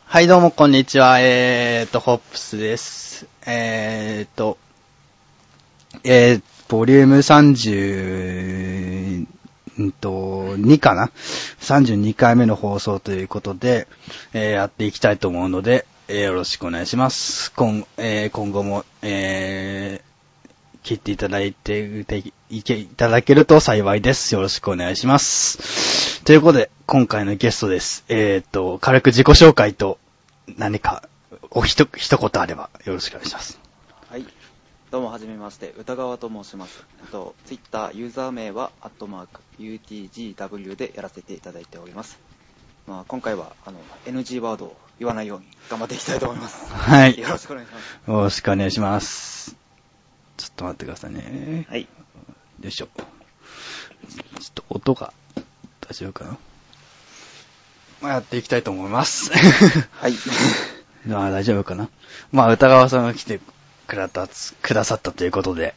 はい、どうも、こんにちは。ホップスです。ボリューム32かな ?32 回目の放送ということで、やっていきたいと思うので、よろしくお願いします。今後も、聞いていただいたけると幸いです。よろしくお願いします。ということで、今回のゲストです。軽く自己紹介と何か一言あればよろしくお願いします。 はい。どうもはじめまして、歌川と申します。ツイッターユーザー名は@UTGW でやらせていただいております。今回はNG ワードを言わないように頑張っていきたいと思います。 はい。 よろしくお願いします。 よろしくお願いします。ちょっと待ってくださいね。 はい。 よいしょ。ちょっと音が大丈夫かな。やっていきたいと思います。 はい。 大丈夫かな。歌川さんが来てくださったということで、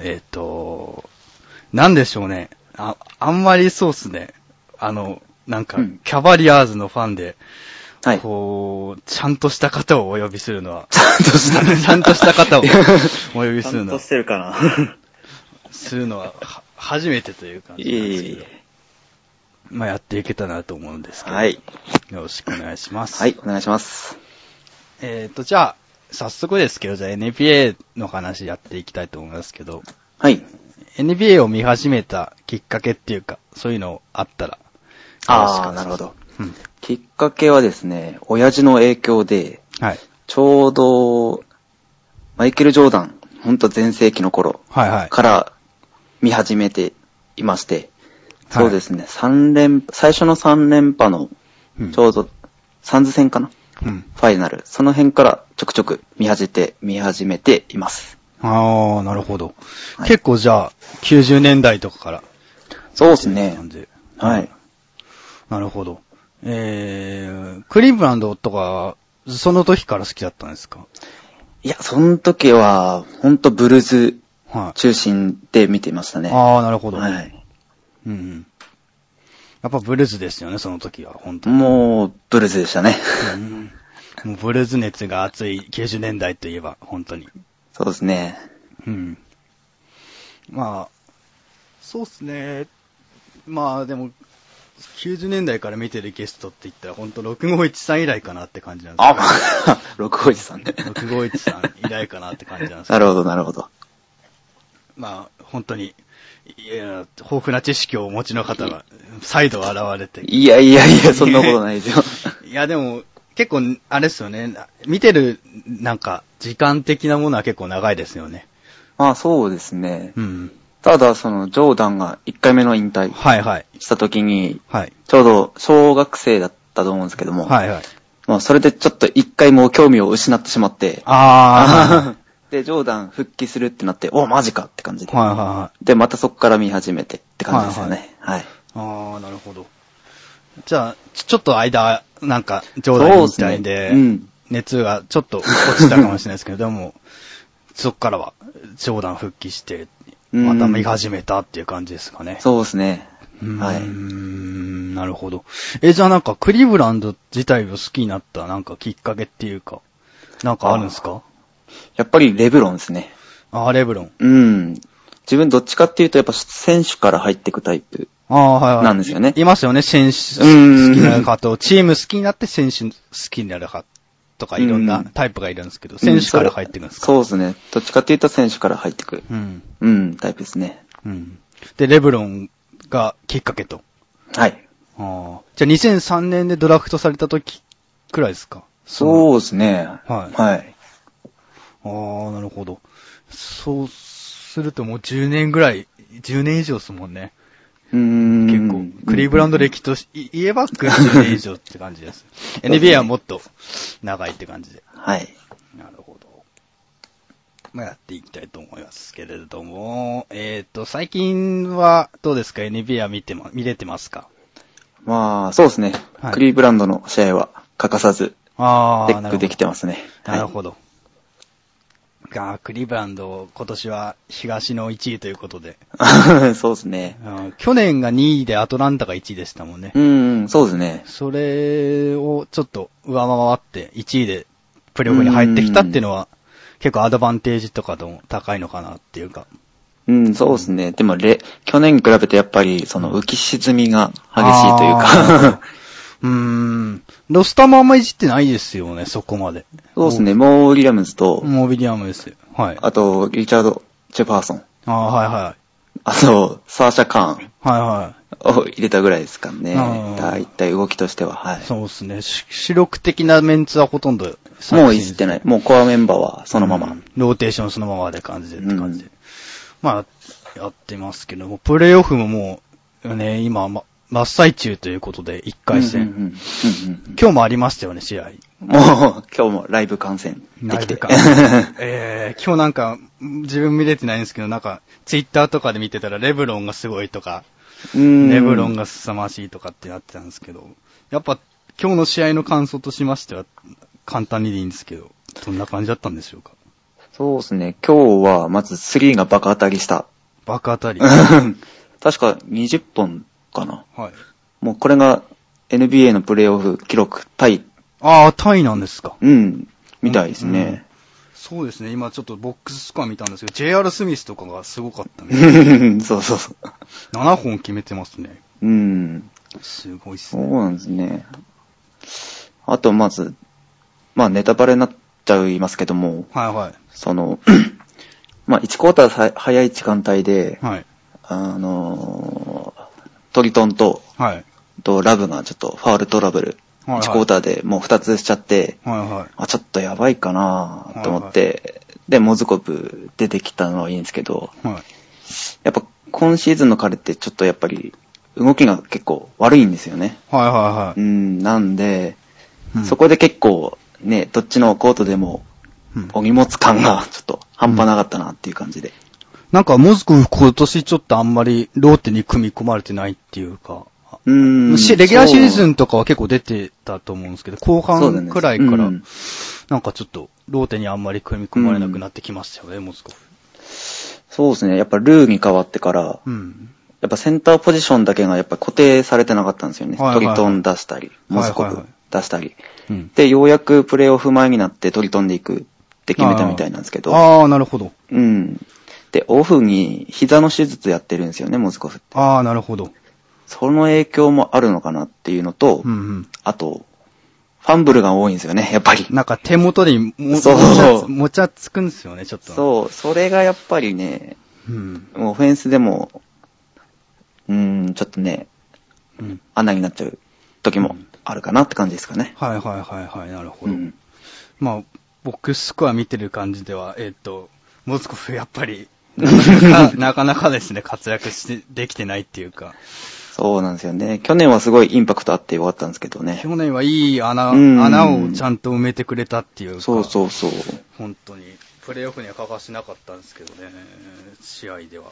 なんでしょうね。あんまりそうっすね。なんか、キャバリアーズのファンで、はい、ちゃんとした方をお呼びするのは、ちゃんとした方をお呼びするのは、 ちゃんとしてるかなするのは、初めてという感じなんですけど。やっていけたなと思うんですけど。はい。よろしくお願いします。 はい、お願いします。 じゃあ、早速ですけど、じゃあ NBA の話やっていきたいと思いますけど。 はい。 NBA を見始めたきっかけっていうか、そういうのあったら。 なるほど。きっかけはですね、親父の影響で、はい。ちょうど、マイケル・ジョーダン、ほんと全盛期の頃から見始めていまして、はい、そうですね、最初の3連覇の、ちょうど、サンズ戦かな、ファイナル。その辺からちょくちょく見始めています。 なるほど。はい、結構じゃあ、90年代とかから。 そうですね。はい。 なるほど。クリーブランドとか、その時から好きだったんですか？ いや、その時は、ほんとブルーズ中心で見てましたね。 なるほど。 はい。 やっぱブルーズですよね、その時は、本当に。 もう、ブルーズでしたね。 もうブルーズ熱が熱い90年代といえば、本当に。 そうですね。 そうですね。でも、90年代から見てるゲストって言ったら、ほんと651さん以来かなって感じなんですよ。 651さんね。 651さん以来かなって感じなんですなるほど、なるほど。 本当に、豊富な知識をお持ちの方が再度現れて。 いや、そんなことないですよ。 いや、でも、結構、あれですよね。見てる、時間的なものは結構長いですよね。 そうですね。ただ、ジョーダンが1回目の引退した時に、ちょうど小学生だったと思うんですけども、それでちょっと1回もう興味を失ってしまって、で、ジョーダン復帰するってなって、マジかって感じで。で、またそこから見始めてって感じですよね。はい。 なるほど。じゃあ、ちょっと間、ジョーダンみたいで、熱がちょっと落ちたかもしれないですけど、でも、そこからは、ジョーダン復帰して、また見始めたっていう感じですかね。 そうですね。はい。 なるほど。じゃあクリーブランド自体を好きになったきっかけっていうか、あるんですか？ やっぱりレブロンですね。 レブロン。 自分どっちかっていうとやっぱ選手から入っていくタイプなんですよね。 いますよね、選手好きになるかと、チーム好きになって選手好きになるかとかいろんなタイプがいるんですけど、選手から入っていくんですか？ そうですね。どっちかっていうと選手から入っていく。タイプですね。 で、レブロンがきっかけと。 はい。 じゃあ2003年でドラフトされた時くらいですか？ そうですね。はい。 なるほど。そうするともう10年ぐらい、10年以上ですもんね。結構、クリーブランド歴と言えば10年以上って感じです。NBA はもっと長いって感じで。 はい。 なるほど。やっていきたいと思いますけれども、最近はどうですか？ NBA は見れてますか？ そうですね。クリーブランドの試合は欠かさず、チェックできてますね。 なるほど。 クリーブランド、今年は東の1位ということで。 そうですね。 去年が2位でアトランタが1位でしたもんね。 そうですね。 それをちょっと上回って1位でプレーオフに入ってきたっていうのは、結構アドバンテージとかとも高いのかなっていうか。 そうですね。でも去年に比べてやっぱりその浮き沈みが激しいというか。 ロスターもあんまりいじってないですよね、そこまで。 そうですね、モー・ウィリアムズと、 モー・ウィリアムズ。はい。 あと、リチャード・ジェファーソン。 はいはい。 あと、サーシャ・カーン。 はいはい。 を入れたぐらいですかね。だいたい動きとしては、はい。 そうですね。主力的なメンツはほとんど、 もういじってない。もうコアメンバーはそのまま。 ローテーションそのままで感じでって感じで。まあ、やってますけども、プレイオフももう、ね、今、真っ最中ということで、1回戦。今日もありましたよね、試合。 もう、今日もライブ観戦できて。 今日なんか、自分見れてないんですけど、なんか、ツイッターとかで見てたら、レブロンがすごいとか、レブロンが凄まじいとかってなってたんですけど、やっぱ、今日の試合の感想としましては、簡単にでいいんですけど、どんな感じだったんでしょうか。 そうですね、今日は、まず3が爆当たりした。 爆当たり確か20本かな。 はい。 もうこれが NBA のプレイオフ記録タイ。 タイなんですか。 みたいですね。 そうですね。今ちょっとボックススコア見たんですけど、JR スミスとかがすごかったね。 そうそうそう。 7本決めてますね。すごいっすね。 そうなんですね。あとまず、ネタバレになっちゃいますけども、 はいはい。 その、1クォーター早い時間帯で、 はい。 トリトンと、 はい。 ラブがちょっとファウルトラブル、1クォーターでもう2つしちゃって、ちょっとやばいかなと思って、で、モズコブ出てきたのはいいんですけど、やっぱ今シーズンの彼ってちょっとやっぱり動きが結構悪いんですよね。なんで、そこで結構ね、どっちのコートでも、お荷物感がちょっと半端なかったなっていう感じで。 なんかモズコブ今年ちょっとあんまりローテに組み込まれてないっていうか、レギュラーシーズンとかは結構出てたと思うんですけど、後半くらいから、なんかちょっとローテにあんまり組み込まれなくなってきましたよね、モズコブ。 そうですね、やっぱルーに変わってから、やっぱセンターポジションだけがやっぱ固定されてなかったんですよね。トリトン出したり、モズコブ出したり。で、ようやくプレイオフ前になってトリトンで行くって決めたみたいなんですけど。 なるほど。 で、オフに膝の手術やってるんですよね、モズコフって。 なるほど。 その影響もあるのかなっていうのと、あと、ファンブルが多いんですよね、やっぱり。 なんか手元に持ちゃつくんですよね、ちょっと。 そう、それがやっぱりね、オフェンスでも、ちょっとね、穴になっちゃう時もあるかなって感じですかね。 なるほど。ボックススコア見てる感じでは、モズコフやっぱり、なかなかですね、活躍できてないっていうか。 そうなんですよね。去年はすごいインパクトあってよかったんですけどね。 去年はいい穴をちゃんと埋めてくれたっていうか。 そう。 本当に。プレイオフには欠かせなかったんですけどね、試合では。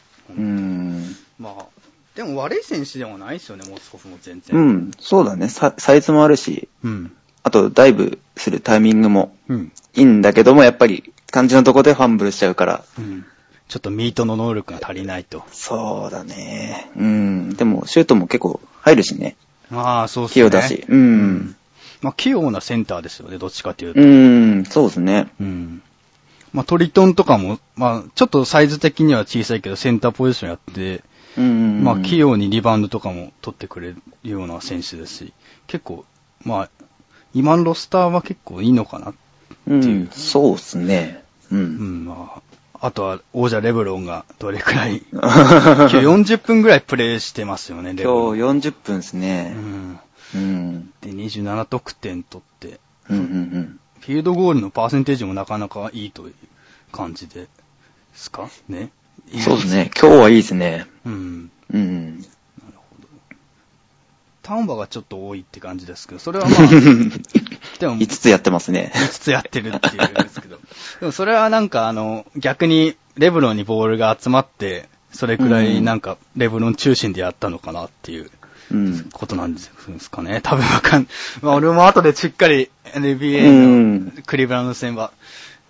でも悪い選手でもないですよね、モズコフも全然。 そうだね。サイズもあるし、あとダイブするタイミングもいいんだけども、やっぱり肝心のとこでファンブルしちゃうから。 ちょっとミートの能力が足りないと。 そうだね。でもシュートも結構入るしね。 そうですね。 器用だし。 器用なセンターですよね、どっちかというと。そうですね。 トリトンとかも、ちょっとサイズ的には小さいけど、センターポジションやって、器用にリバウンドとかも取ってくれるような選手ですし、結構、今のロスターは結構いいのかなっていう。 そうですね。 あとは、王者レブロンがどれくらい、今日40分ぐらいプレイしてますよね、レブロン。 今日40分ですね。 で、27得点取って、フィールドゴールのパーセンテージもなかなかいいという感じですかね。 そうですね。今日はいいですね。 なるほど。ターンオーバーがちょっと多いって感じですけど、それはでも5つやってますね。 5つやってるっていうんですけど。でもそれはなんか逆にレブロンにボールが集まって、それくらいなんかレブロン中心でやったのかなっていうことなんですかね。多分俺も後でしっかり NBA のクリーブランド戦は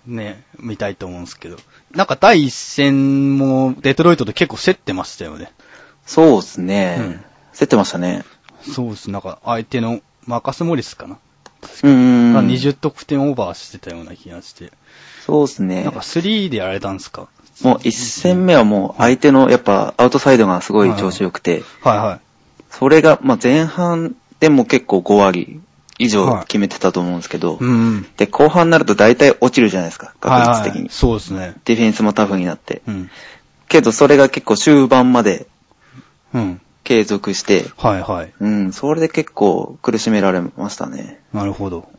ね、見たいと思うんですけど。なんか第一戦もデトロイトで結構競ってましたよね。 そうですね。競ってましたね。 そうです。なんか相手のマーカス・モリスかな。 20 得点オーバーしてたような気がして。 そうですね。 なんか3でやられたんですか？ もう1戦目はもう相手のやっぱアウトサイドがすごい調子良くて。 はいはい。 それが、まあ前半でも結構5割以上決めてたと思うんですけど。で、後半になると大体落ちるじゃないですか。確率的に。 そうですね。 ディフェンスもタフになって。けどそれが結構終盤まで。継続して。 はいはい。 それで結構苦しめられましたね。 なるほど。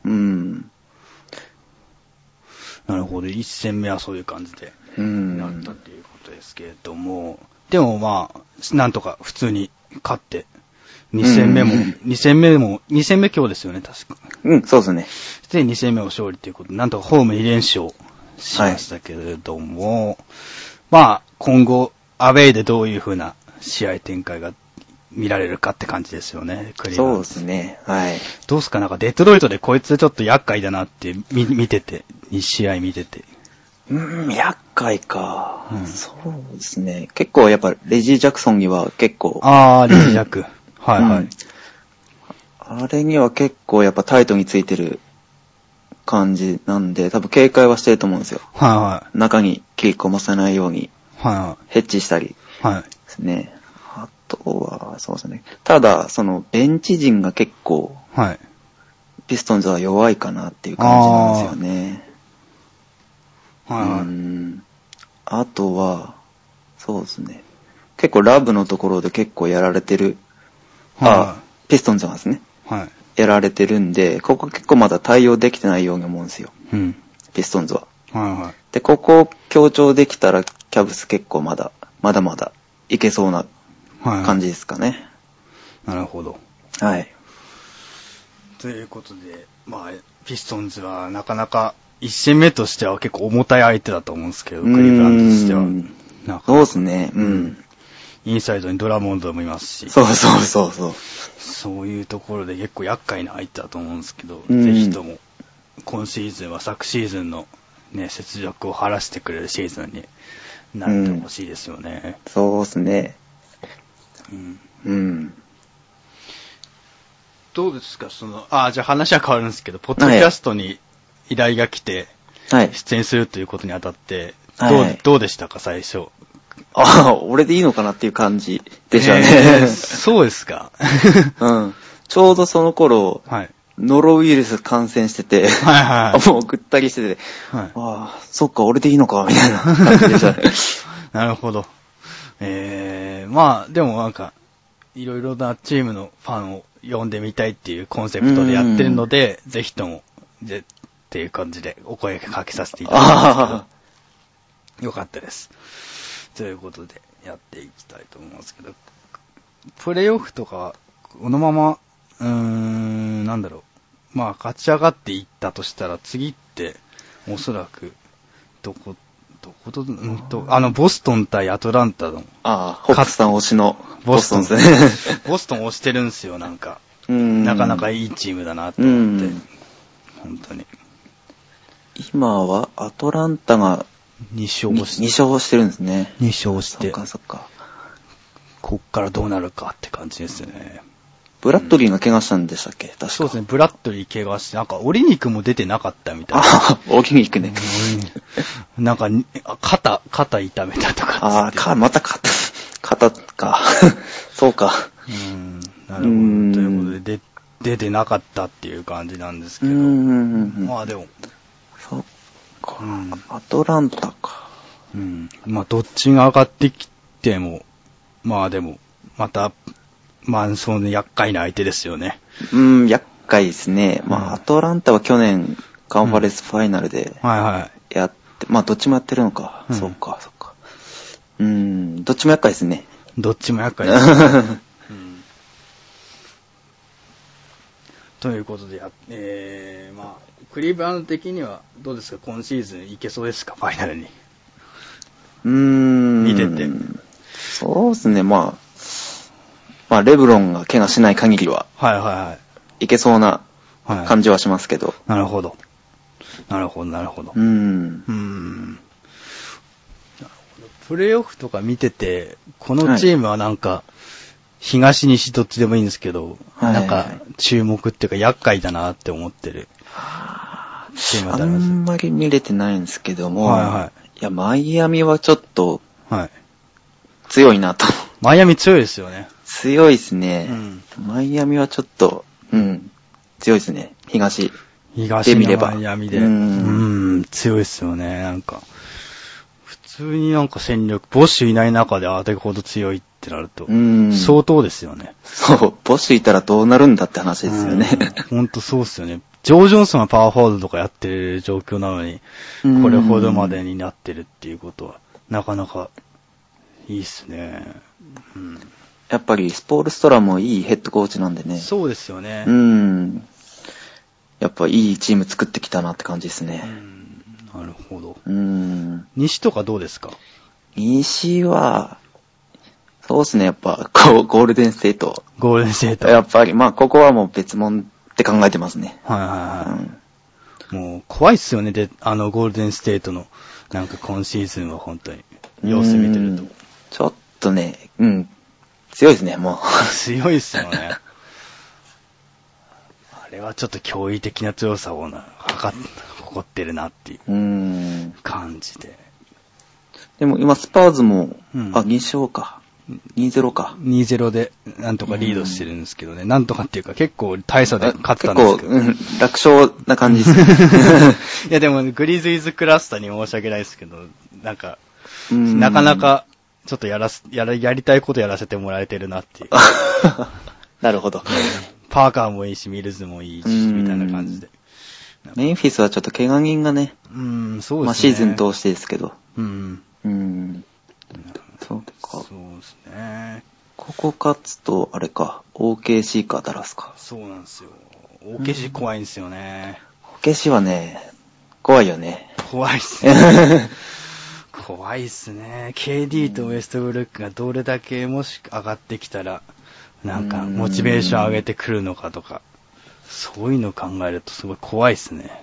なるほど。1戦目はそういう感じでなったっていうことですけれども。でもまあ、なんとか普通に勝って、2戦目今日ですよね、確か。 そうですね。 で、2戦目を勝利ということで、なんとかホーム2連勝しましたけれども、まあ、今後、アウェイでどういう風な試合展開が見られるかって感じですよね、クリーバーそうですね。はい。 どうすかなんかデトロイトでこいつちょっと厄介だなって見てて、2試合見てて。 厄介か、そうですね。結構やっぱレジー・ジャクソンには結構。 レジー・ジャク。はいはい。 あれには結構やっぱタイトについてる感じなんで、多分警戒はしてると思うんですよ。 はいはい。 中に切り込ませないように。 はいはい。 ヘッジしたり。 はい。 ですね。あとは、そうですね。ただ、そのベンチ陣が結構、 はい。 ピストンズは弱いかなっていう感じなんですよね。あとは、そうですね。結構ラブのところで結構やられてる。ピストンズはですね。 はい。 やられてるんで、ここ結構まだ対応できてないように思うんですよ。ピストンズは。 はいはい。 で、ここを強調できたら、キャブス結構まだいけそうな感じですかね。 なるほど。 はい。 ということで、まあ、ピストンズはなかなか一戦目としては結構重たい相手だと思うんですけど、クリーブランドとしては。 そうですね。 インサイドにドラモンドもいますし。 そう。 そういうところで結構厄介な相手だと思うんですけど、ぜひとも今シーズンは昨シーズンのね、雪辱を晴らしてくれるシーズンになってほしいですよね。 そうですね。 どうですかじゃあ話は変わるんですけど、ポッドキャストに依頼が来て、出演するということにあたって、どうでしたか、最初。 俺でいいのかなっていう感じでしたね。 そうですか。 ちょうどその頃、ノロウイルス感染してて、もうぐったりしてて、そっか、俺でいいのか、みたいな感じでしたね。 なるほど。まあ、でもなんか、いろいろなチームのファンを呼んでみたいっていうコンセプトでやってるので、ぜひとも、っていう感じでお声かけさせていただきますけど、よかったです。ということで、やっていきたいと思いますけど、プレイオフとか、このまま、なんだろう、まあ、勝ち上がっていったとしたら、次って、おそらく、ボストン対アトランタの。 ホップさん推しのボストンですね。 ボストン推してるんですよ、なんか。なかなかいいチームだなと思って。本当に。 今はアトランタが 2勝してるんですね。 2勝して。 そっか。 こっからどうなるかって感じですね。 ブラッドリーが怪我したんでしたっけ？確か。 そうですね、ブラッドリー怪我して、なんか、オリニクも出てなかったみたいな。 オリニクね。 なんか、肩痛めたとか。 また肩か。そうか。 なるほど。ということで、出てなかったっていう感じなんですけど。まあでも。 そっか。アトランタか。 まあ、どっちが上がってきても、まあでも、また、まあ、その厄介な相手ですよね。 厄介ですね。まあ、アトランタは去年、カンファレンスファイナルで、やって、まあ、どっちもやってるのか。そっか。どっちも厄介ですね。 どっちも厄介です。ということで、まあ、クリーブランド的にはどうですか、今シーズンいけそうですか、ファイナルに。見てて。 そうですね、まあ、レブロンが怪我しない限りは、いけそうな感じはしますけど。 なるほど。 なるほど、なるほど。 なるほど。 プレイオフとか見てて、このチームはなんか、東西どっちでもいいんですけど、はい、なんか、注目っていうか厄介だなって思ってる。 チームあんまり見れてないんですけども、はいはい、いや、マイアミはちょっと、強いなと。 マイアミ強いですよね。 強いですね。マイアミはちょっと、強いですね。東のマイアミで。強いですよね。なんか、普通になんか戦力、ボッシュいない中であれほど強いってなると、相当ですよね。 そう、ボッシュいたらどうなるんだって話ですよね。 ほんとそうですよね。ジョー・ジョンソンはパワーフォワードとかやってる状況なのに、これほどまでになってるっていうことは、なかなかいいっすね。 やっぱりスポールストラもいいヘッドコーチなんでね。 そうですよね。 やっぱいいチーム作ってきたなって感じですね。 なるほど。西とかどうですか？ 西は、そうですね、やっぱゴールデンステート。 ゴールデンステート。 やっぱり、まあここはもう別物って考えてますね。 もう怖いっすよね、で、ゴールデンステートの、なんか今シーズンは本当に、様子見てると。 ちょっとね、強いですね、もう。 強いっすよね。あれはちょっと驚異的な強さを誇ってるなっていう感じで。 でも今スパーズも、2勝か。2-0か。 2-0でなんとかリードしてるんですけどね。なんとかっていうか結構大差で勝ったんですけど。 結構、楽勝な感じですね。いやでもグリズイズクラスターに申し訳ないですけど、なんか、なかなかちょっとやりたいことやらせてもらえてるなっていう。 なるほど。 パーカーもいいし、ミルズもいいし、みたいな感じで。 メンフィスはちょっと怪我人がね。 そうですね。 まあシーズン通してですけど。そうか。 そうですね。 ここ勝つと、あれか、OKC かダラスか。 そうなんですよ。OKC 怖いんですよね。 OKC はね、怖いよね。 怖いっすね。怖いっすね。KD とウエストブルックがどれだけもし上がってきたら、なんかモチベーション上げてくるのかとか、そういうのを考えるとすごい怖いっすね。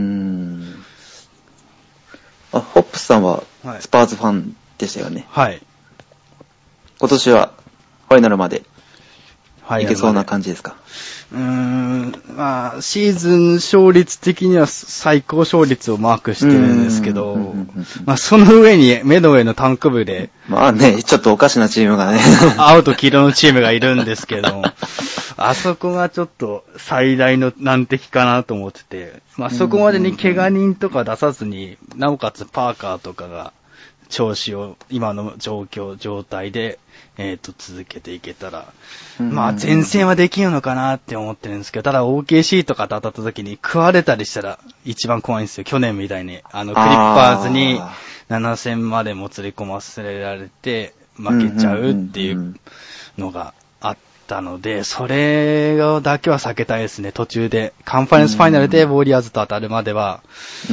ホップスさんはスパーズファンでしたよね。 はい。 今年はファイナルまでいけそうな感じですか？ まあ、シーズン勝率的には最高勝率をマークしてるんですけど、まあ、その上に目の上のタンク部で、 まあね、ちょっとおかしなチームがね。 青と黄色のチームがいるんですけど、あそこがちょっと最大の難敵かなと思ってて、まあそこまでに怪我人とか出さずに、なおかつパーカーとかが調子を今の状態で、続けていけたら、まあ前線はできるのかなって思ってるんですけど、ただ OKC とかと当たった時に食われたりしたら一番怖いんですよ。去年みたいに。クリッパーズに7戦までもつれ込ませられて負けちゃうっていうのがあったので、それだけは避けたいですね。途中で。カンファレンスファイナルでウォリアーズと当たるまでは、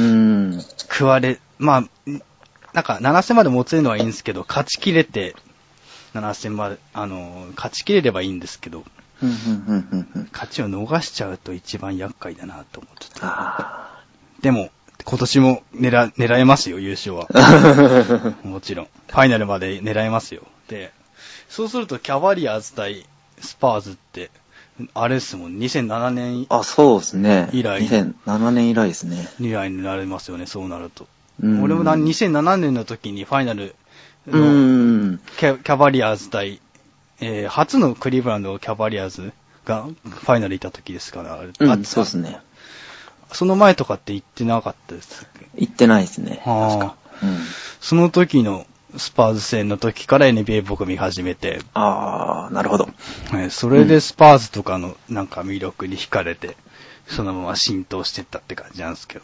まあ、なんか7戦までもつれるのはいいんですけど、勝ち切れて、7戦まで、勝ち切れればいいんですけど、勝ちを逃しちゃうと一番厄介だなと思ってて。でも、今年も狙えますよ、優勝は。もちろん。ファイナルまで狙えますよ。で、そうするとキャバリアーズ対スパーズって、あれですもん、2007年そうですね。 以来。 2007年以来ですね。 以来になりますよね、そうなると。俺も2007年の時にファイナルのキャバリアーズ対、初のクリーブランドキャバリアーズがファイナルいた時ですから、 そうですね。 その前とかって行ってなかったですっけ？ 行ってないですね。確か。 その時のスパーズ戦の時から NBA 僕見始めて。 なるほど。 それでスパーズとかのなんか魅力に惹かれて、そのまま浸透してったって感じなんですけど。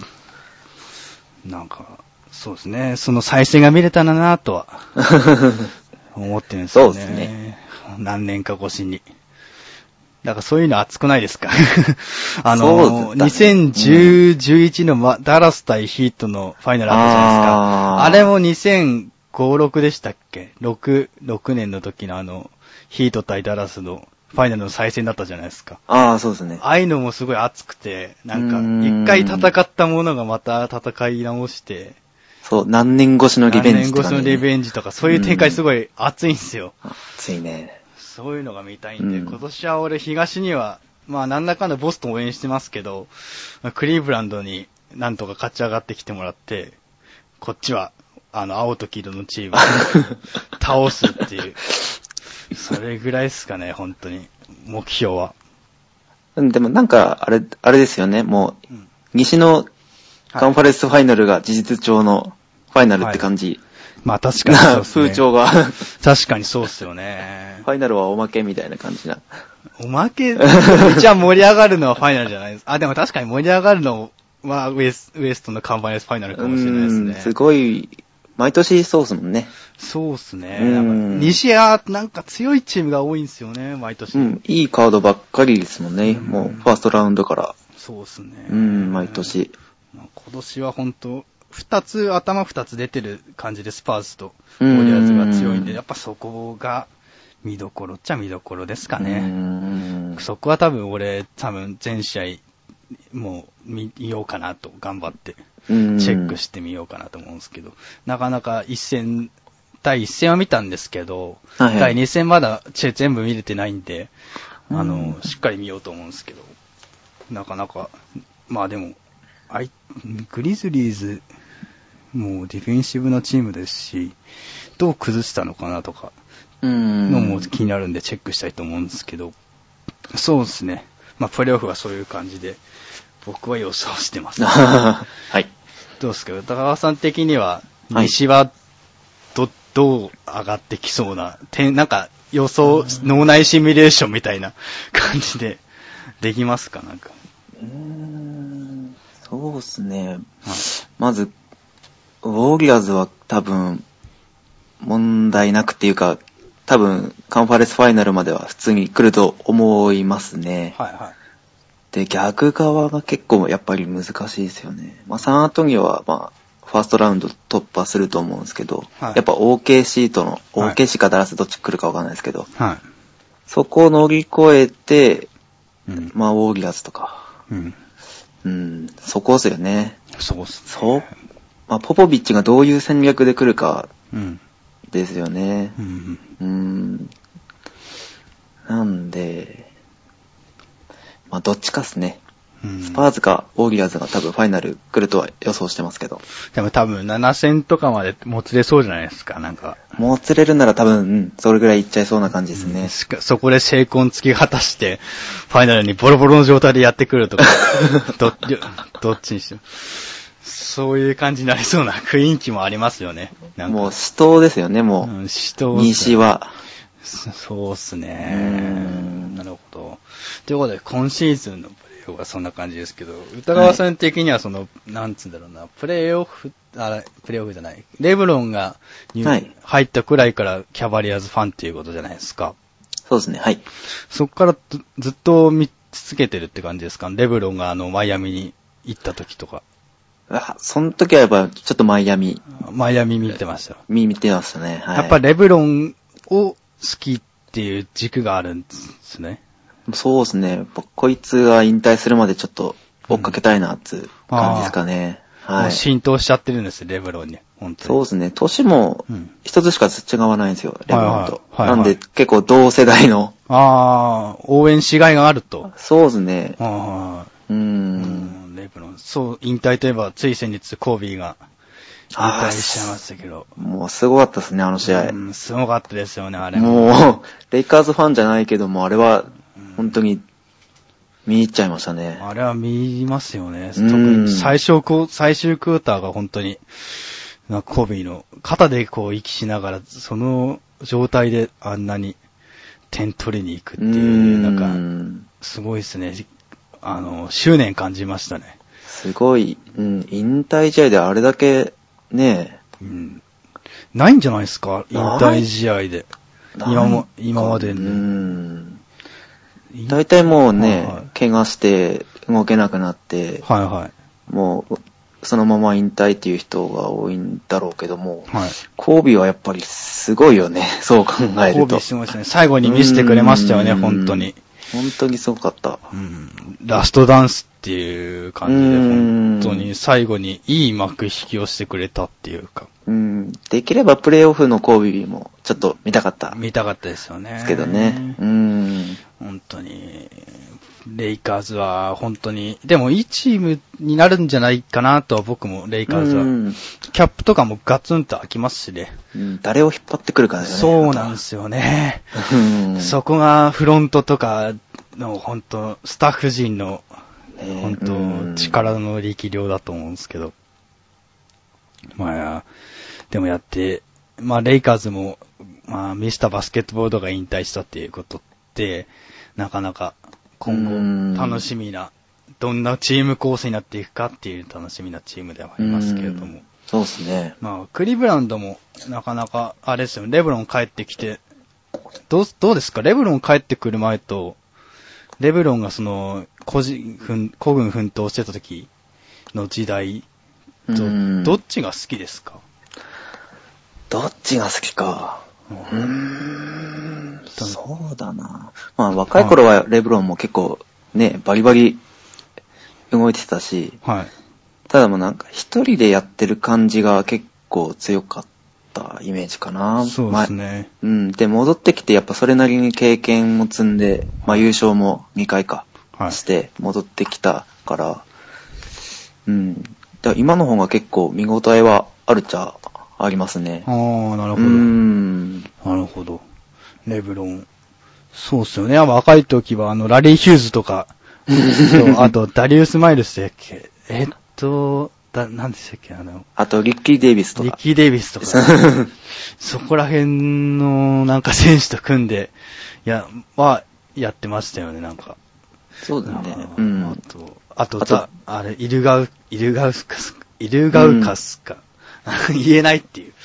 なんか、そうですね。その再戦が見れたらなとは思ってるんですよね。そうですね。何年か越しに。だからそういうの熱くないですか2010、11のダラス対ヒートのファイナルあったじゃないですか。あれも2005、6でしたっけ？6年の時のヒート対ダラスのファイナルの再戦だったじゃないですか。 ああ、そうですね。 ああいうのもすごい熱くて、なんか、一回戦ったものがまた戦い直して、 そう、何年越しのリベンジ、ね。 何年越しのリベンジとか、そういう展開すごい熱いんですよ。 熱いね。 そういうのが見たいんで、今年は俺東には、まあなんだかんだボストン応援してますけど、クリーブランドになんとか勝ち上がってきてもらって、こっちは、青と黄色のチームを倒すっていう。それぐらいですかね、本当に。目標は。 でもなんか、あれですよね、もう、西のカンファレンスファイナルが事実上のファイナルって感じ。はい、 まあ確かにそうですね。 風潮が。 確かにそうっすよね。 ファイナルはおまけみたいな感じな。 おまけ、一番盛り上がるのはファイナルじゃないです。あ、でも確かに盛り上がるのはウエストのカンファレンスファイナルかもしれないですね。 すごい、毎年そうっすもんね。 そうっすね。西はなんか強いチームが多いんですよね、毎年。 いいカードばっかりですもんね。もう、ファーストラウンドから。 そうっすね。 毎年。 今年は本当頭二つ出てる感じでスパーズとウォリアーズが強いんで、やっぱそこが見どころっちゃ見どころですかね。そこは多分全試合もう見ようかなと頑張ってチェックしてみようかなと思うんですけど、なかなか第1戦は見たんですけど、第2戦まだ全部見れてないんで、しっかり見ようと思うんですけど、なかなか、まあでも、グリズリーズ、もうディフェンシブなチームですし、どう崩したのかなとか、のも気になるんでチェックしたいと思うんですけど、そうですね。まあ、プレイオフはそういう感じで、僕は予想してます。 はい。 どうですか、歌川さん的には、西はどう上がってきそうな、なんか予想、脳内シミュレーションみたいな感じでできますか、なんか。 そうですね。まず、ウォリアーズは多分、問題なくっていうか、多分、カンファレンスファイナルまでは普通に来ると思いますね。 はいはい。 で、逆側が結構やっぱり難しいですよね。まあ、サンアトニオは、まあ、ファーストラウンド突破すると思うんですけど、やっぱ OKC との、OKC かダラスどっち来るかわかんないですけど、そこを乗り越えて、まあ、ウォリアーズとか、そこですよね。 そうっすね。 まあ、ポポビッチがどういう戦略で来るか、ですよね。なんで、まあ、どっちかっすね。スパーズかウォリアーズが多分ファイナル来るとは予想してますけど。 でも多分7戦とかまでもつれそうじゃないですか、なんか。 もつれるなら多分、それぐらいいっちゃいそうな感じですね。 そこで成婚突き果たして、ファイナルにボロボロの状態でやってくるとか、どっちにしても。そういう感じになりそうな雰囲気もありますよね。 もう死闘ですよね、もう。西は。 そうっすね。なるほど。ということで、今シーズンのプレーオフはそんな感じですけど、歌川さん的にはなんつうんだろうな、プレーオフじゃない。レブロンが入ったくらいからキャバリアーズファンっていうことじゃないですか。 そうですね、はい。 そこからずっと見続けてるって感じですか？レブロンがマイアミに行った時とか。 その時はやっぱちょっとマイアミ見てました。 見てましたね。はい、 やっぱレブロンを好きっていう軸があるんですね。 そうですね。こいつが引退するまでちょっと追っかけたいなっていう感じですかね。 もう浸透しちゃってるんですよ、レブロンに。本当に。 そうですね。年も一つしか違わないんですよ、レブロンと。なんで結構同世代の。 応援しがいがあると。 そうですね。 レブロン。そう、引退といえば、つい先日コービーが引退しちゃいましたけど。 もうすごかったですね、あの試合。 すごかったですよね、あれもう、レイカーズファンじゃないけども、あれは、本当に、見入っちゃいましたね。 あれは見ますよね。特に最終クォーターが本当に、コービーの肩で息しながら、その状態であんなに点取りに行くっていう、すごいですね。執念感じましたね。 すごい、引退試合であれだけ、ねないんじゃないですか、引退試合で。今までね。 大体もうね、怪我して動けなくなって、もうそのまま引退っていう人が多いんだろうけども、はい、コービーはやっぱりすごいよね、そう考えると。 コービーすごいですね。最後に見せてくれましたよね、本当に。 本当にすごかった。 ラストダンスっていう感じで、本当に最後にいい幕引きをしてくれたっていうか。 できればプレイオフのコービーもちょっと見たかった。 見たかったですよね。 ですけどね。 本当に、レイカーズは本当に、でもいいチームになるんじゃないかなとは僕もレイカーズは。キャップとかもガツンと開きますしね。 誰を引っ張ってくるかですよね。 そうなんですよね。そこがフロントとかの本当、スタッフ陣の本当、力の力量だと思うんですけど。まあ、でもやって、まあレイカーズも、まあミスターバスケットボールが引退したっていうことって、なかなか今後楽しみな、どんなチーム構成になっていくかっていう楽しみなチームではありますけれども。 そうですね。 まあクリーブランドもなかなか、あれですよね、レブロン帰ってきて、どうですか？レブロン帰ってくる前と、レブロンがその、孤軍奮闘してた時の時代と、どっちが好きですか？ どっちが好きか。そうだな。まあ若い頃はレブロンも結構ね、バリバリ動いてたし、はい、ただもうなんか一人でやってる感じが結構強かったイメージかな。 そうですね。 で、戻ってきてやっぱそれなりに経験も積んで、まあ優勝も2回かして戻ってきたから、だから今の方が結構見応えはあるっちゃありますね。 ああ、なるほど。なるほど。レブロン。そうっすよね。若い時はラリー・ヒューズとか、あとダリウス・マイルスだっけ？何でしたっけあとリッキー・デイビスとか。 リッキー・デイビスとか。そこら辺のなんか選手と組んで、やってましたよね、なんか。 そうだね。 あと、イルガウカスか。言えないっていう。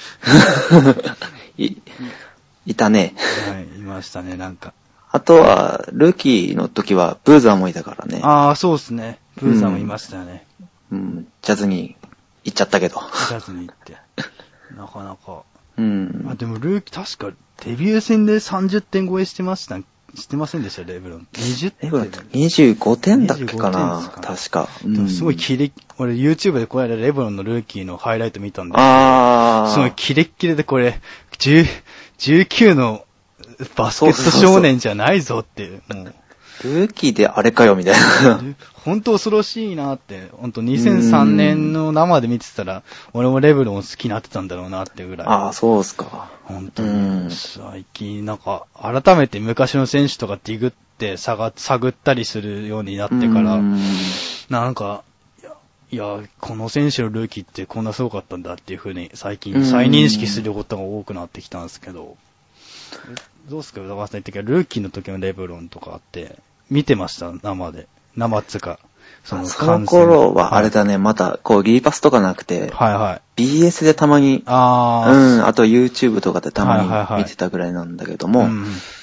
いたね。 はい、いましたね、なんか。 あとは、ルーキーの時は、ブーザーもいたからね。 ああ、そうですね。ブーザーもいましたよね。 ジャズに行っちゃったけど。 ジャズに行って。なかなか。でもルーキー、確かデビュー戦で30点超えしてませんでした、レブロン。 レブロン25点だっけかな、確か。 すごい俺 YouTube でこれレブロンのルーキーのハイライト見たんですけど、すごいキレッキレでこれ、19のバスケット少年じゃないぞっていう。もうルーキーであれかよみたいな。 本当恐ろしいなって、本当2003年の生で見てたら、俺もレブロンを好きになってたんだろうなっていうぐらい。 ああ、そうですか。 本当に。最近なんか、改めて昔の選手とかディグって探ったりするようになってから、なんか、いや、この選手のルーキーってこんなすごかったんだっていう風に最近再認識することが多くなってきたんですけど、どうすか、宇田川さん言ったけど、ルーキーの時のレブロンとかって、見てました生で。生っつか。 その頃はあれだね、まだ、リーパスとかなくて、BS でたまに、あと YouTube とかでたまに見てたぐらいなんだけども、や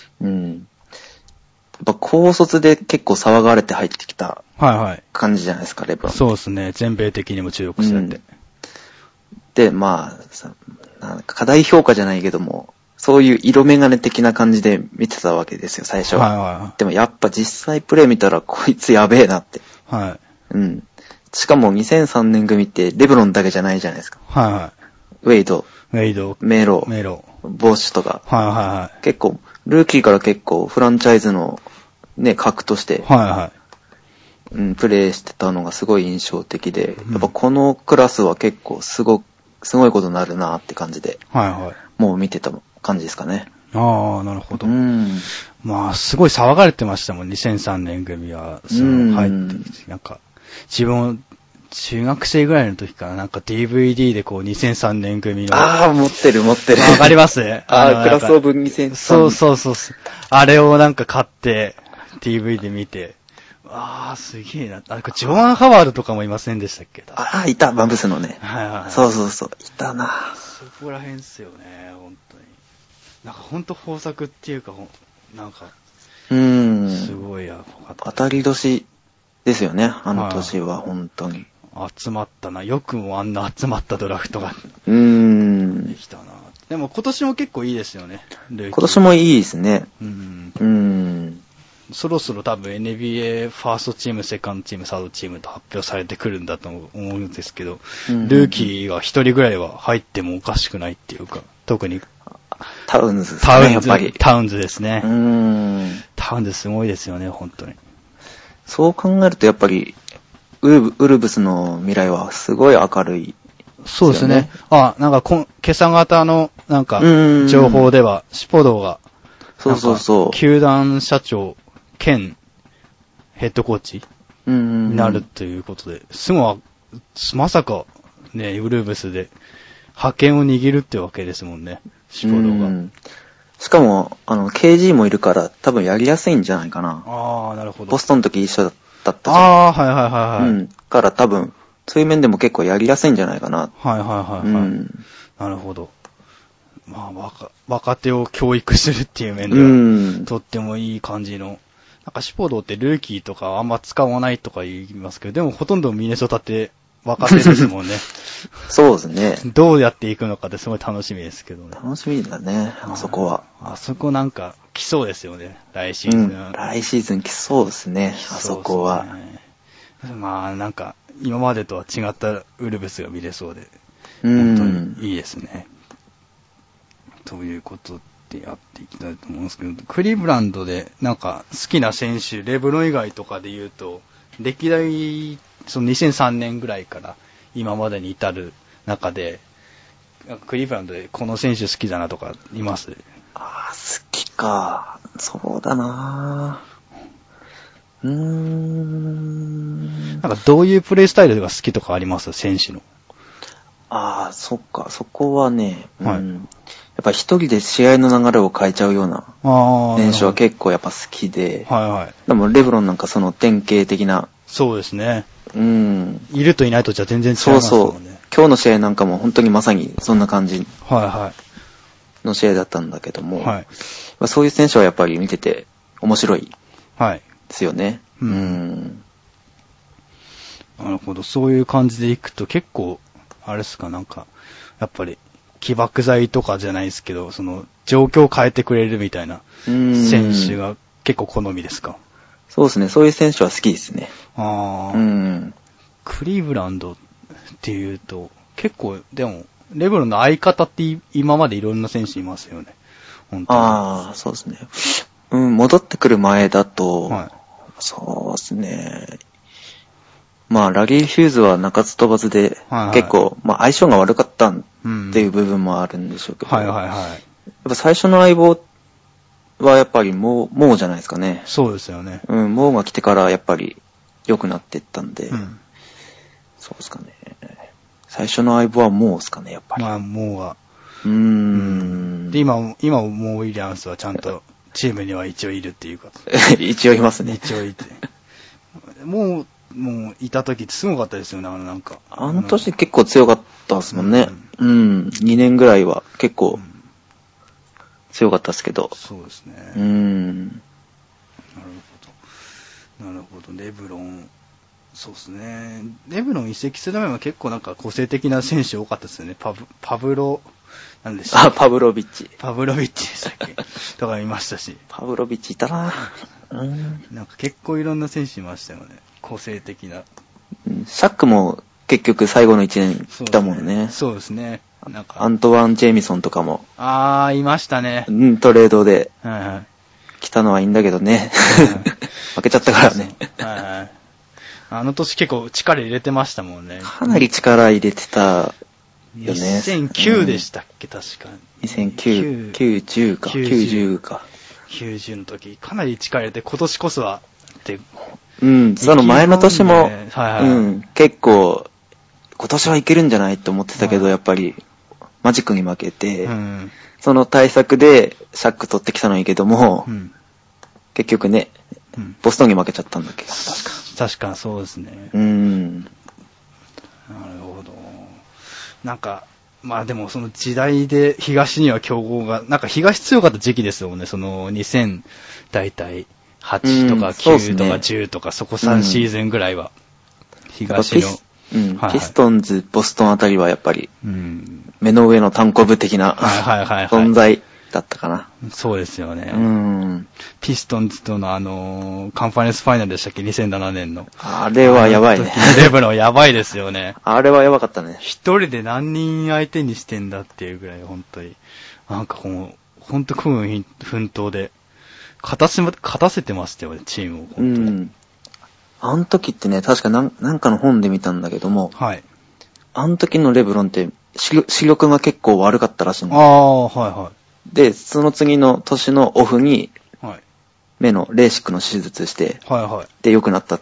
っぱ高卒で結構騒がれて入ってきた感じじゃないですか、レブロン。 そうですね、全米的にも注目されて。 で、まあ、過大評価じゃないけども、そういう色眼鏡的な感じで見てたわけですよ、最初は。でもやっぱ実際プレイ見たらこいつやべえなって。しかも2003年組ってレブロンだけじゃないじゃないですか。ウェイド、メロ、ボッシュとか。結構、ルーキーから結構フランチャイズのね、核として、プレイしてたのがすごい印象的で、やっぱこのクラスは結構すごいことになるなって感じで、もう見てた感じですかね。 ああ、なるほど。まあ、すごい騒がれてましたもん、2003年組は。入ってきて、なんか、自分、中学生ぐらいの時からなんか DVD で2003年組の。 ああ、持ってる。わかりますクラスオブ2003。 そう。あれをなんか買って、TV で見て、すげえな。ジョアン・ハワードとかもいませんでしたっけ？ いた、バンブスのね。そう。いたな。 そこら辺っすよね、本当に。なんか本当豊作っていうか、なんか、すごいやばかった。 当たり年ですよね、あの年は、本当に。 集まったな。よくもあんな集まったドラフトができたな。でも今年も結構いいですよね。 今年もいいですね。 そろそろ多分 NBA ファーストチーム、セカンドチーム、サードチームと発表されてくるんだと思うんですけど、ルーキーが一人ぐらいは入ってもおかしくないっていうか、特にタウンズですね、やっぱり。 タウンズですね。タウンズすごいですよね、本当に。 そう考えるとやっぱり、ウルブスの未来はすごい明るい、 そうですね。なんか今朝方のなんか情報では、シポドが、球団社長兼ヘッドコーチになるということで、まさかね、ウルブスで覇権を握るってわけですもんね、シポドが。 しかも、KG もいるから多分やりやすいんじゃないかな。 なるほど。 ボストンの時一緒だったじゃん。 はい。 から多分、そういう面でも結構やりやすいんじゃないかな。 なるほど。まあ、若手を教育するっていう面では、とってもいい感じの。なんかシポドってルーキーとかあんま使わないとか言いますけど、でもほとんどミネソタって若手ですもんね。 そうですね。 どうやっていくのかってすごい楽しみですけどね。 楽しみだね、あそこは。 あそこなんか来そうですよね、来シーズン。 来シーズン来そうですね、あそこは。 まあなんか、今までとは違ったウルブスが見れそうで、本当にいいですね。ということでやっていきたいと思うんですけど、クリーブランドでなんか好きな選手、レブロン以外とかで言うと、歴代、その2003年ぐらいから今までに至る中で、クリーブランドでこの選手好きだなとかいます？ 好きか。そうだななんかどういうプレイスタイルが好きとかあります？選手の。 そっか。そこはね、やっぱ一人で試合の流れを変えちゃうような選手は結構やっぱ好きで、でもレブロンなんかその典型的な。 そうですね。いるといないとじゃ全然違いますもんね。 今日の試合なんかも本当にまさにそんな感じの試合だったんだけども、そういう選手はやっぱり見てて面白いですよね。 なるほど。そういう感じでいくと結構、あれですか、なんか、やっぱり、起爆剤とかじゃないですけど、その、状況を変えてくれるみたいな選手が結構好みですか？ そうですね。そういう選手は好きですね。 クリーブランドっていうと、結構、でも、レブロンの相方って今までいろんな選手いますよね。本当に。 そうですね。戻ってくる前だと、そうですね。まあ、ラリー・ヒューズは中津飛ばずで、結構、まあ、相性が悪かったっていう部分もあるんでしょうけど、やっぱ最初の相棒はやっぱりモーじゃないですかね。 そうですよね。 モーが来てからやっぱり良くなっていったんで、そうですかね。最初の相棒はモーですかね、やっぱり。 まあ、モーは。で、今もモー・ウィリアムスはちゃんとチームには一応いるっていうか。 一応いますね。 一応いて。もういた時ってすごかったですよね、なんか。 あの年結構強かったですもんね。2年ぐらいは結構強かったですけど。 そうですね。 なるほど。レブロン、そうですね。レブロン移籍する前は結構なんか個性的な選手多かったですよね。パブロ、なんでしたっけ？ パブロビッチ。 パブロビッチでしたっけとかいましたし。 パブロビッチいたななんか結構いろんな選手いましたよね。個性的な。 シャックも結局最後の1年来たもんね。 そうですね。 なんかアントワン・ジェイミソンとかも。 いましたね。 トレードで。来たのはいいんだけどね。負けちゃったからね。 あの年結構力入れてましたもんね。 かなり力入れてたよね。 2009でしたっけ、確か。 2009、90か。90か。 90の時、かなり力入れて、今年こそは、って。 その前の年も、結構、今年はいけるんじゃないって思ってたけど、やっぱり、マジックに負けて、その対策で、シャック取ってきたのはいいけども、結局ね、ボストンに負けちゃったんだっけ、 確かそうですね。なるほど。なんか、まあでもその時代で東には強豪が、なんか東強かった時期ですよね。その2000大体8とか9とか10とかそこ3シーズンぐらいは東の。 うん。はいはい、ピストンズ、ボストンあたりはやっぱり、目の上の単行部的な存在だったかな。 そうですよね。ピストンズとのカンファレンスファイナルでしたっけ ?2007 年の。 あれはやばいね。 レブロンやばいですよね。 あれはやばかったね。 一人で何人相手にしてんだっていうぐらい、本当に。なんか本当奮闘で、勝たせてましたよね、チームを。本当に。 あの時ってね、確かなんかの本で見たんだけども、はい。あの時のレブロンって視力が結構悪かったらしいの。 はいはい。 で、その次の年のオフに、はい、目のレーシックの手術して、はいはい。で、良くなったって、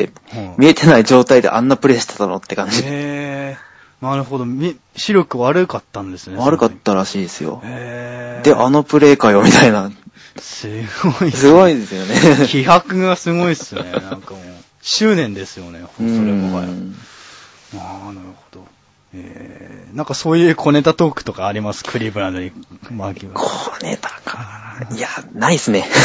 見えてない状態であんなプレーしてたのって感じ。 なるほど。視力悪かったんですね。 悪かったらしいですよ。で、あのプレーかよ、みたいな。 すごい。 すごいですよね。 気迫がすごいっすね。なんかもう、執念ですよね。それもはい。なるほど。なんかそういう小ネタトークとかあります？クリーブランドに。 小ネタか。いや、ないっすね。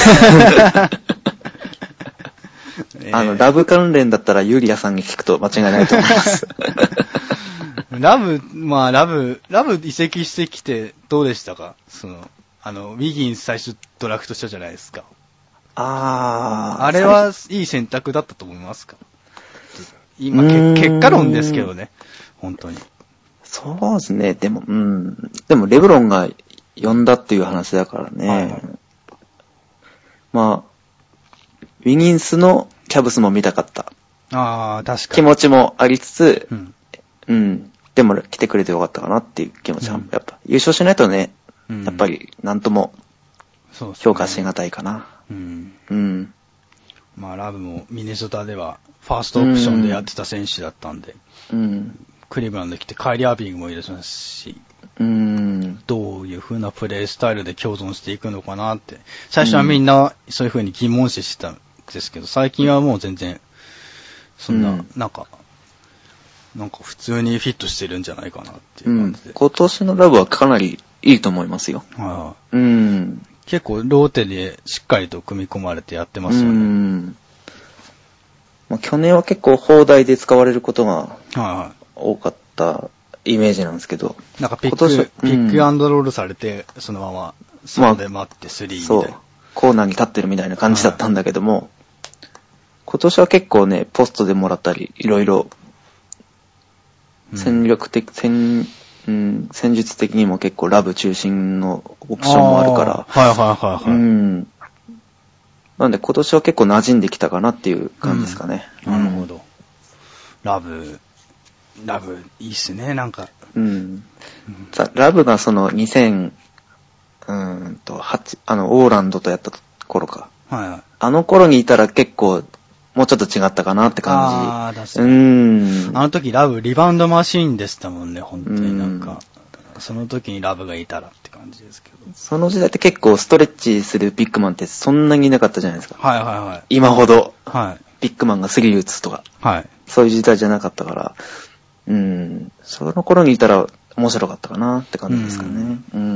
ラブ関連だったらユリアさんに聞くと間違いないと思います。 ラブ移籍してきてどうでしたか？ウィギンス最初ドラフトしたじゃないですか。あれはいい選択だったと思いますか？今、結果論ですけどね。本当に。 そうですね。でもレブロンが呼んだっていう話だからね。はいはい、まあ、ウィギンスのキャブスも見たかった。 確かに。 気持ちもありつつ、でも来てくれてよかったかなっていう気持ちは、やっぱ優勝しないとね、やっぱりなんとも評価しがたいかな。 まあラブもミネソタではファーストオプションでやってた選手だったんで、クリーブランド来てカイリー・アービングもいらっしゃいますし、どういう風なプレースタイルで共存していくのかなって、最初はみんなそういう風に疑問視してたんですけど、最近はもう全然そんな、なんか普通にフィットしてるんじゃないかなっていう感じで。 今年のラブはかなりいいと思いますよ。 結構ローテでしっかりと組み込まれてやってますよね。 まあ、去年は結構放題で使われることが多かったイメージなんですけど。 なんかピックアンドロールされて、そのまま3で待って3みたいな。そう。 コーナーに立ってるみたいな感じだったんだけども、今年は結構ね、ポストでもらったり、いろいろ戦術的にも結構ラブ中心のオプションもあるから。なんで今年は結構馴染んできたかなっていう感じですかね。 なるほど。ラブいいっすね、なんか。 ラブがその2008、オーランドとやった頃か。あの頃にいたら結構、もうちょっと違ったかなって感じ。 確かに。あの時ラブリバウンドマシーンでしたもんね、本当になんか。その時にラブがいたらって感じですけど。 その時代って結構ストレッチするビッグマンってそんなにいなかったじゃないですか。今ほど。ビッグマンがスリー打つとか。そういう時代じゃなかったから。その頃にいたら面白かったかなって感じですかね。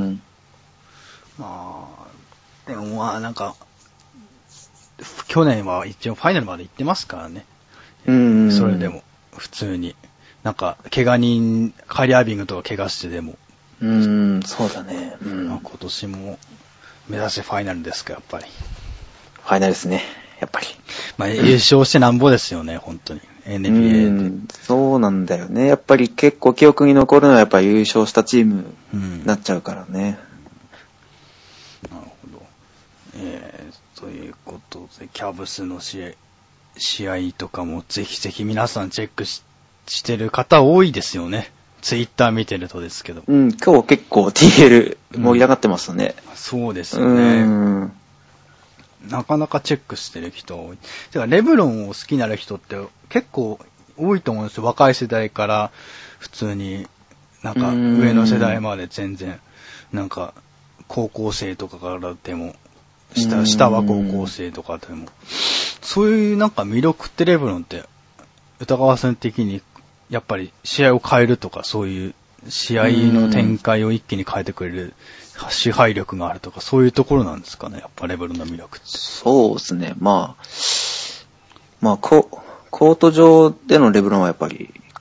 でもなんか、去年は一応ファイナルまで行ってますからね。それでも、普通に。なんか、カイリー・アービングとか怪我してでも。 そうだね。 今年も目指せファイナルですか、やっぱり。 ファイナルですね、やっぱり。 まあ、優勝してなんぼですよね、本当に。NBA で。 そうなんだよね。やっぱり結構記憶に残るのはやっぱり優勝したチームになっちゃうからね。 なるほど。ということで、キャブスの試合とかもぜひぜひ皆さんチェックしてる方多いですよね。ツイッター見てるとですけど。 今日結構 TL 盛り上がってますね。 そうですよね。なかなかチェックしてる人多い。てかレブロンを好きになる人って結構多いと思うんですよ。若い世代から普通になんか上の世代まで全然なんか高校生とかからでも下は高校生とかでもそういうなんか魅力ってレブロンって歌川さん的にやっぱり試合を変えるとかそういう試合の展開を一気に変えてくれる支配力があるとかそういうところなんですかね、やっぱレブロンの魅力って。 そうですね。まあコート上でのレブロンはやっぱり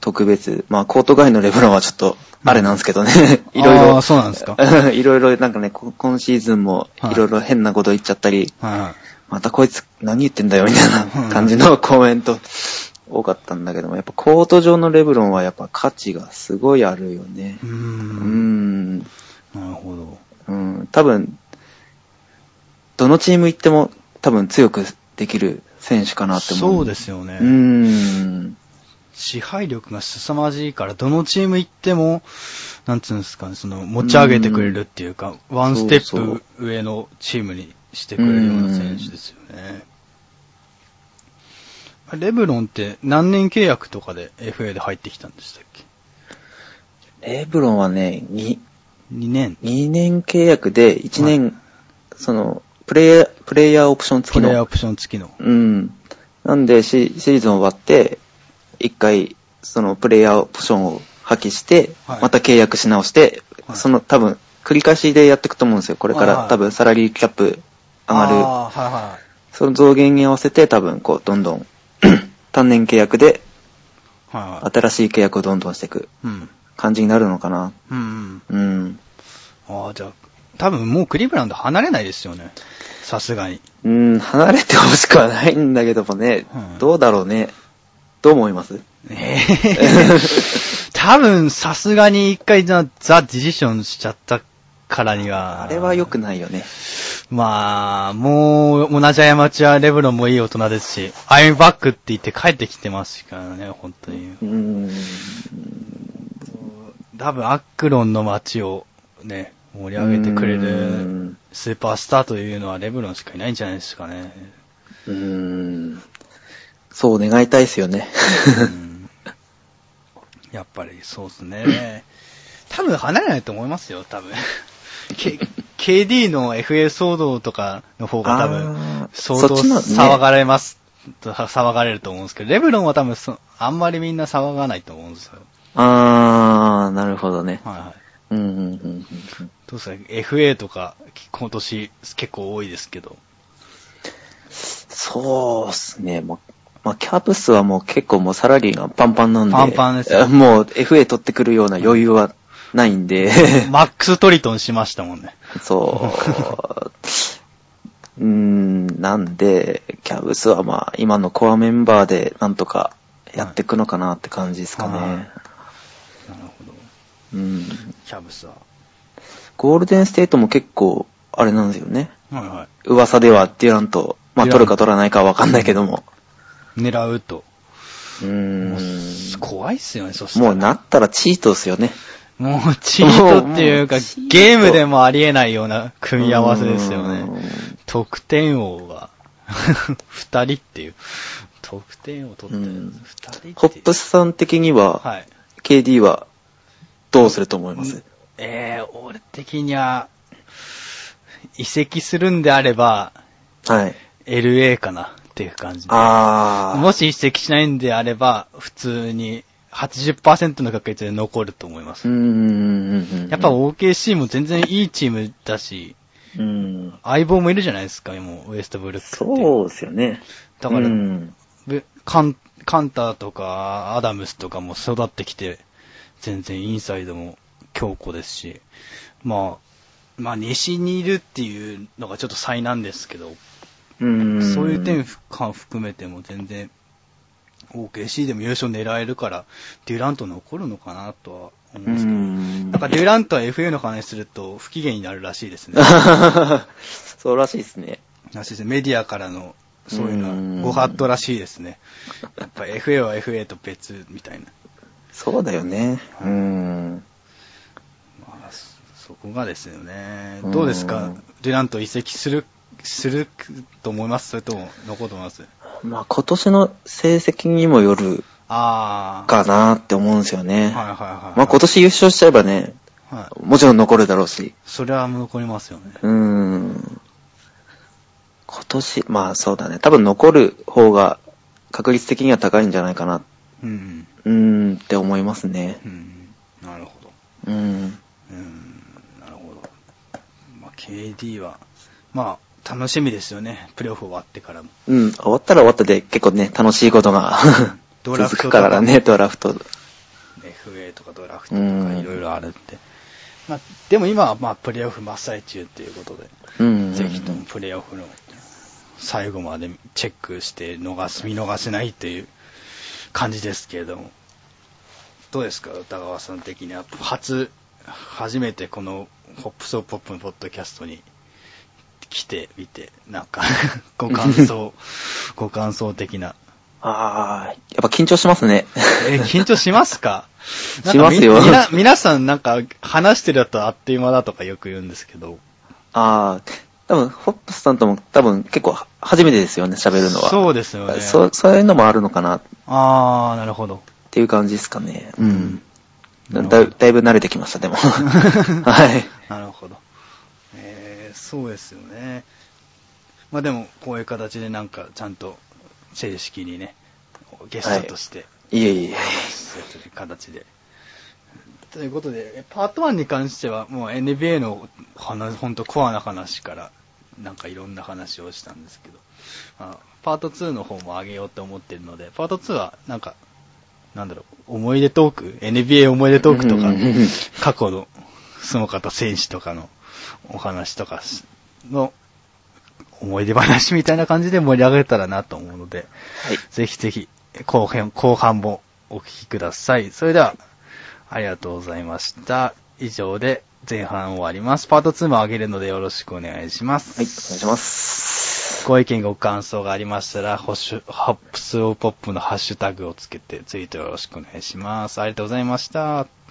特別。まあ、コート外のレブロンはちょっと、あれなんですけどね。いろいろ。 そうなんですか。 いろいろなんかね、今シーズンもいろいろ変なこと言っちゃったり、またこいつ何言ってんだよみたいな感じのコメント多かったんだけども、やっぱコート上のレブロンはやっぱ価値がすごいあるよね。 なるほど。 多分、どのチーム行っても多分強くできる選手かなって思う。 そうですよね。支配力が凄まじいから、どのチーム行っても、なんつうんですかね、持ち上げてくれるっていうか、ワンステップ上のチームにしてくれるような選手ですよね。レブロンって何年契約とかで FA で入ってきたんでしたっけ？ レブロンはね、2 年契約で1年、プレイヤーオプション付きの。 プレイヤーオプション付きの。 なんでシーズン終わって、一回、プレイヤーオプションを破棄して、また契約し直して、多分、繰り返しでやっていくと思うんですよ。これから多分、サラリーキャップ上がる。その増減に合わせて、多分、どんどん、単年契約で、新しい契約をどんどんしていく感じになるのかな。 じゃあ、多分もうクリーブランド離れないですよね。さすがに。 離れてほしくはないんだけどもね。どうだろうね。どう思います？ 多分さすがに一回ザ・ディジションしちゃったからには。 あれは良くないよね。 まあ、もう同じ過ちはレブロンもいい大人ですし、アイムバックって言って帰ってきてますからね、本当に。多分アックロンの街をね、盛り上げてくれるスーパースターというのはレブロンしかいないんじゃないですかね。 そう願いたいですよね。 やっぱりそうですね。多分離れないと思いますよ、多分。KD の FA 騒動とかの方が多分相当騒がれます、騒がれると思うんですけど、レブロンは多分あんまりみんな騒がないと思うんですよ。 なるほどね。 どうですか FA とか今年結構多いですけど。 そうですね。キャブスはもう結構もうサラリーがパンパンなんで。 パンパンですよ。 もう FA 取ってくるような余裕はないんで。 マックストリトンしましたもんね。 そう。なんで、キャブスはまあ今のコアメンバーでなんとかやっていくのかなって感じですかね。なるほど。キャブスは。 ゴールデンステートも結構あれなんですよね。噂ではデュラント、まあ取るか取らないかはわかんないけども。 狙うと。怖いっすよね、そしたら。 もうなったらチートっすよね。 もうチートっていうか、ゲームでもありえないような組み合わせですよね。得点王が、二人っていう。得点王取ってる二人っていう。 ホップスさん的には、KD はどうすると思います？ 俺的には、移籍するんであれば、LA かな。っていう感じで。もし移籍しないんであれば、普通に 80% の確率で残ると思います。やっぱ OKC も全然いいチームだし、相棒もいるじゃないですか、もうウエストブルックって。 そうですよね。 だから、カンターとかアダムスとかも育ってきて、全然インサイドも強固ですし、まあ西にいるっていうのがちょっと災難ですけど、そういう点含めても全然 OKC でも優勝狙えるからデュラント残るのかなとは思うんですけど、なんかデュラントは FA の話すると不機嫌になるらしいですね。 そうらしいですね。 メディアからのそういうのはご法度らしいですね。やっぱ FA は FA と別みたいな。 そうだよね。 そこがですよね。どうですか、デュラント移籍すると思います？それとも残ると思います？ まあ今年の成績にもよるかなって思うんですよね。まあ今年優勝しちゃえばね、もちろん残るだろうし。 それは残りますよね。 今年、まあそうだね。多分残る方が確率的には高いんじゃないかな。って思いますね。 なるほど。なるほど。まあ KD は、まあ楽しみですよね。プレーオフ終わってからも。 終わったら終わったで結構ね、楽しいことが続くからね、ドラフト。 FA とかドラフトとかいろいろあるんで。まあ、でも今はまあプレイオフ真っ最中っていうことで、ぜひともプレイオフの最後までチェックして見逃せないという感じですけれども、どうですか、歌川さん的には。初めてこのホップソーポップのポッドキャストに来てみて、なんかご感想的な。 やっぱ緊張しますね。 緊張しますか？ しますよ。 皆さんなんか話してるとあっという間だとかよく言うんですけど。 多分、ホップスさんとも多分結構初めてですよね、喋るのは。 そうですよね。 そういうのもあるのかな。 なるほど。 っていう感じですかね。だいぶ慣れてきました、でも。はい。 なるほど。そうですよね。まあでも、こういう形でなんかちゃんと正式にね、ゲストとして、 いえ。 形で。ということで、パート1に関してはもう NBA の本当コアな話からなんかいろんな話をしたんですけど、パート2の方も上げようと思ってるので、パート2はなんか、思い出トーク NBA 思い出トークとか、過去のすごかった選手とかのお話とかの思い出話みたいな感じで盛り上げたらなと思うので、ぜひぜひ後半もお聞きください。それでは、ありがとうございました。以上で前半終わります。パート2も上げるのでよろしくお願いします。 はい、お願いします。 ご意見ご感想がありましたら、ホップスローポップのハッシュタグをつけてツイートよろしくお願いします。ありがとうございました。